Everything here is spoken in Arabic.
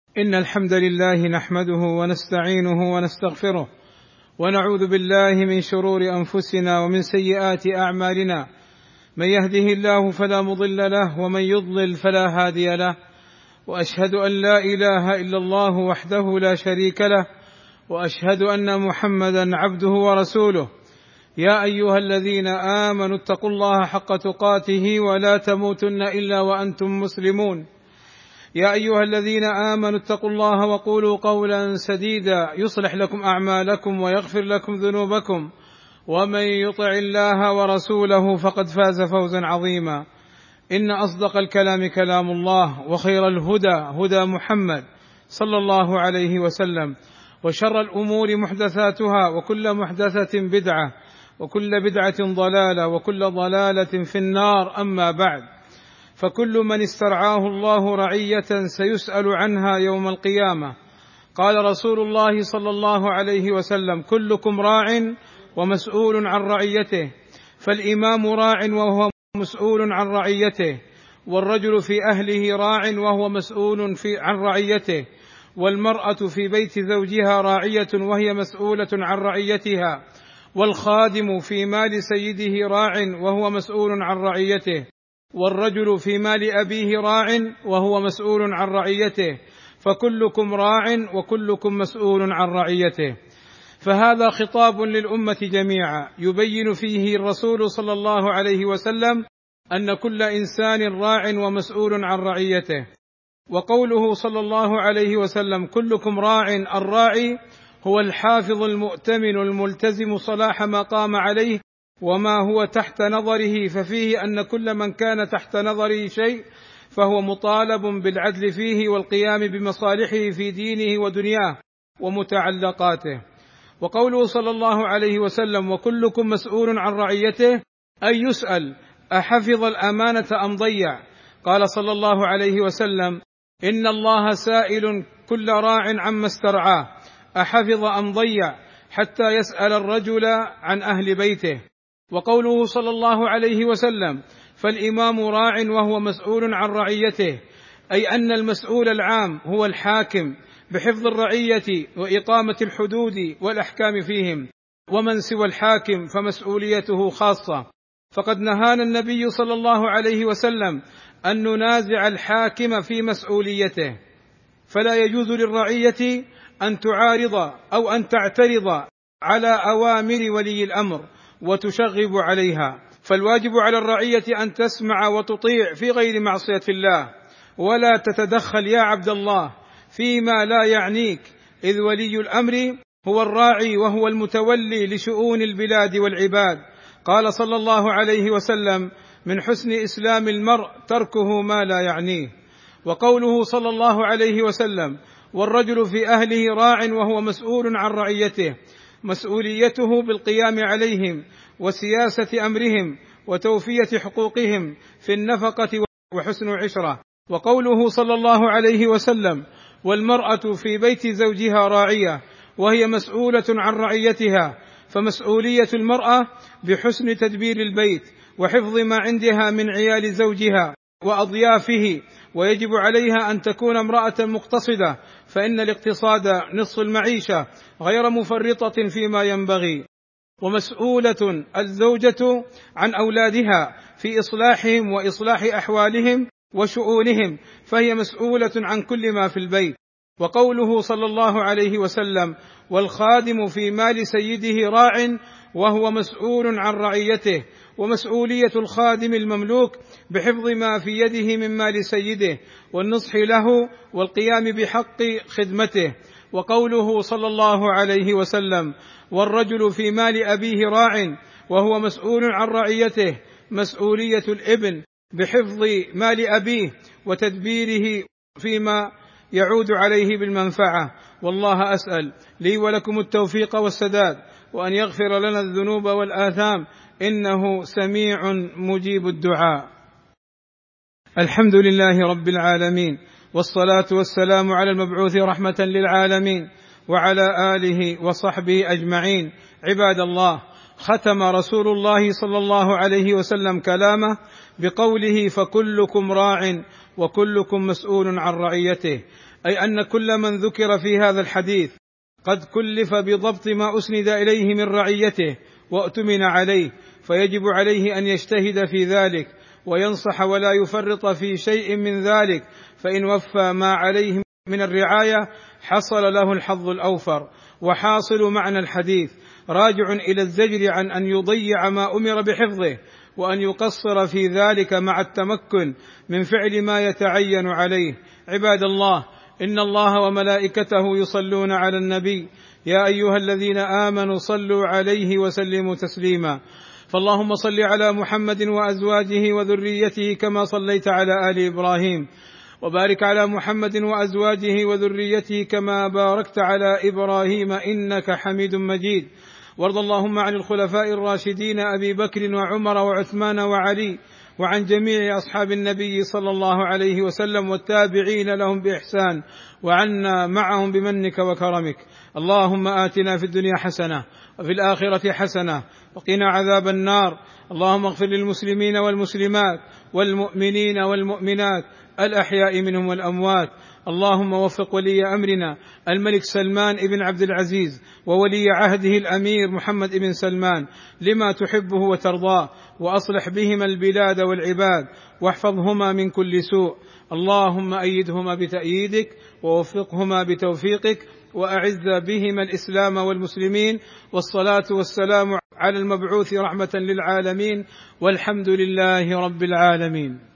إن الحمد لله نحمده ونستعينه ونستغفره ونعوذ بالله من شرور أنفسنا ومن سيئات أعمالنا. من يهده الله فلا مضل له ومن يضلل فلا هادي له، وأشهد أن لا إله إلا الله وحده لا شريك له، وأشهد أن محمدا عبده ورسوله. يا أيها الذين آمنوا اتقوا الله حق تقاته ولا تموتن إلا وأنتم مسلمون. يا أيها الذين آمنوا اتقوا الله وقولوا قولا سديدا يصلح لكم أعمالكم ويغفر لكم ذنوبكم، ومن يطع الله ورسوله فقد فاز فوزا عظيما. إن أصدق الكلام كلام الله، وخير الهدى هدى محمد صلى الله عليه وسلم، وشر الأمور محدثاتها، وكل محدثة بدعة، وكل بدعة ضلالة، وكل ضلالة في النار. أما بعد، فكل من استرعاه الله رعية سيسأل عنها يوم القيامة. قال رسول الله صلى الله عليه وسلم: كلكم راع ومسؤول عن رعيته، فالإمام راع وهو مسؤول عن رعيته، والرجل في أهله راع وهو مسؤول عن رعيته، والمرأة في بيت زوجها راعية وهي مسؤولة عن رعيتها، والخادم في مال سيده راع وهو مسؤول عن رعيته، والرجل في مال أبيه راع وهو مسؤول عن رعيته، فكلكم راع وكلكم مسؤول عن رعيته. فهذا خطاب للأمة جميعا يبين فيه الرسول صلى الله عليه وسلم أن كل إنسان راع ومسؤول عن رعيته. وقوله صلى الله عليه وسلم: كلكم راع، الراعي هو الحافظ المؤتمن الملتزم صلاح ما قام عليه وما هو تحت نظره، ففيه أن كل من كان تحت نظره شيء فهو مطالب بالعدل فيه والقيام بمصالحه في دينه ودنياه ومتعلقاته. وقوله صلى الله عليه وسلم: وكلكم مسؤول عن رعيته، أي يسأل أحفظ الأمانة أم ضيع. قال صلى الله عليه وسلم: إن الله سائل كل راع عما استرعاه أحفظ أم ضيع، حتى يسأل الرجل عن أهل بيته. وقوله صلى الله عليه وسلم: فالإمام راع وهو مسؤول عن رعيته، أي أن المسؤول العام هو الحاكم بحفظ الرعية وإقامة الحدود والأحكام فيهم، ومن سوى الحاكم فمسؤوليته خاصة. فقد نهانا النبي صلى الله عليه وسلم أن ننازع الحاكم في مسؤوليته، فلا يجوز للرعية أن تعارض أو أن تعترض على أوامر ولي الأمر وتشغب عليها، فالواجب على الرعية أن تسمع وتطيع في غير معصية الله، ولا تتدخل يا عبد الله فيما لا يعنيك، إذ ولي الأمر هو الراعي وهو المتولي لشؤون البلاد والعباد. قال صلى الله عليه وسلم: من حسن إسلام المرء تركه ما لا يعنيه. وقوله صلى الله عليه وسلم: والرجل في أهله راع وهو مسؤول عن رعيته، مسؤوليته بالقيام عليهم وسياسة أمرهم وتوفية حقوقهم في النفقة وحسن عشرة. وقوله صلى الله عليه وسلم: والمرأة في بيت زوجها راعية وهي مسؤولة عن رعيتها، فمسؤولية المرأة بحسن تدبير البيت وحفظ ما عندها من عيال زوجها وأضيافه، ويجب عليها أن تكون امرأة مقتصدة، فإن الاقتصاد نصف المعيشة، غير مفرطة فيما ينبغي. ومسؤولة الزوجة عن أولادها في إصلاحهم وإصلاح أحوالهم وشؤونهم، فهي مسؤولة عن كل ما في البيت. وقوله صلى الله عليه وسلم: والخادم في مال سيده راع وهو مسؤول عن رعيته، ومسؤولية الخادم المملوك بحفظ ما في يده من مال سيده والنصح له والقيام بحق خدمته. وقوله صلى الله عليه وسلم: والرجل في مال أبيه راع وهو مسؤول عن رعيته، مسؤولية الابن بحفظ مال أبيه وتدبيره فيما يعود عليه بالمنفعة. والله أسأل لي ولكم التوفيق والسداد، وأن يغفر لنا الذنوب والآثام، إنه سميع مجيب الدعاء. الحمد لله رب العالمين، والصلاة والسلام على المبعوث رحمة للعالمين وعلى آله وصحبه أجمعين. عباد الله، ختم رسول الله صلى الله عليه وسلم كلامه بقوله: فكلكم راع وكلكم مسؤول عن رعيته، أي أن كل من ذكر في هذا الحديث قد كلف بضبط ما أسند إليه من رعيته وأؤتمن عليه، فيجب عليه أن يجتهد في ذلك وينصح ولا يفرط في شيء من ذلك، فإن وفى ما عليه من الرعاية حصل له الحظ الأوفر. وحاصل معنى الحديث راجع إلى الزجر عن أن يضيع ما أمر بحفظه، وأن يقصر في ذلك مع التمكن من فعل ما يتعين عليه. عباد الله، إن الله وملائكته يصلون على النبي، يا أيها الذين آمنوا صلوا عليه وسلموا تسليما. فاللهم صل على محمد وأزواجه وذريته كما صليت على آل إبراهيم، وبارك على محمد وأزواجه وذريته كما باركت على إبراهيم إنك حميد مجيد. وارض اللهم عن الخلفاء الراشدين أبي بكر وعمر وعثمان وعلي، وعن جميع أصحاب النبي صلى الله عليه وسلم والتابعين لهم بإحسان، وعنا معهم بمنك وكرمك. اللهم آتنا في الدنيا حسنة وفي الآخرة حسنة وقنا عذاب النار. اللهم اغفر للمسلمين والمسلمات والمؤمنين والمؤمنات الأحياء منهم والأموات. اللهم وفق ولي أمرنا الملك سلمان بن عبد العزيز وولي عهده الأمير محمد بن سلمان لما تحبه وترضاه، وأصلح بهما البلاد والعباد، واحفظهما من كل سوء. اللهم أيدهما بتأييدك، ووفقهما بتوفيقك، وأعز بهما الإسلام والمسلمين. والصلاة والسلام على المبعوث رحمة للعالمين، والحمد لله رب العالمين.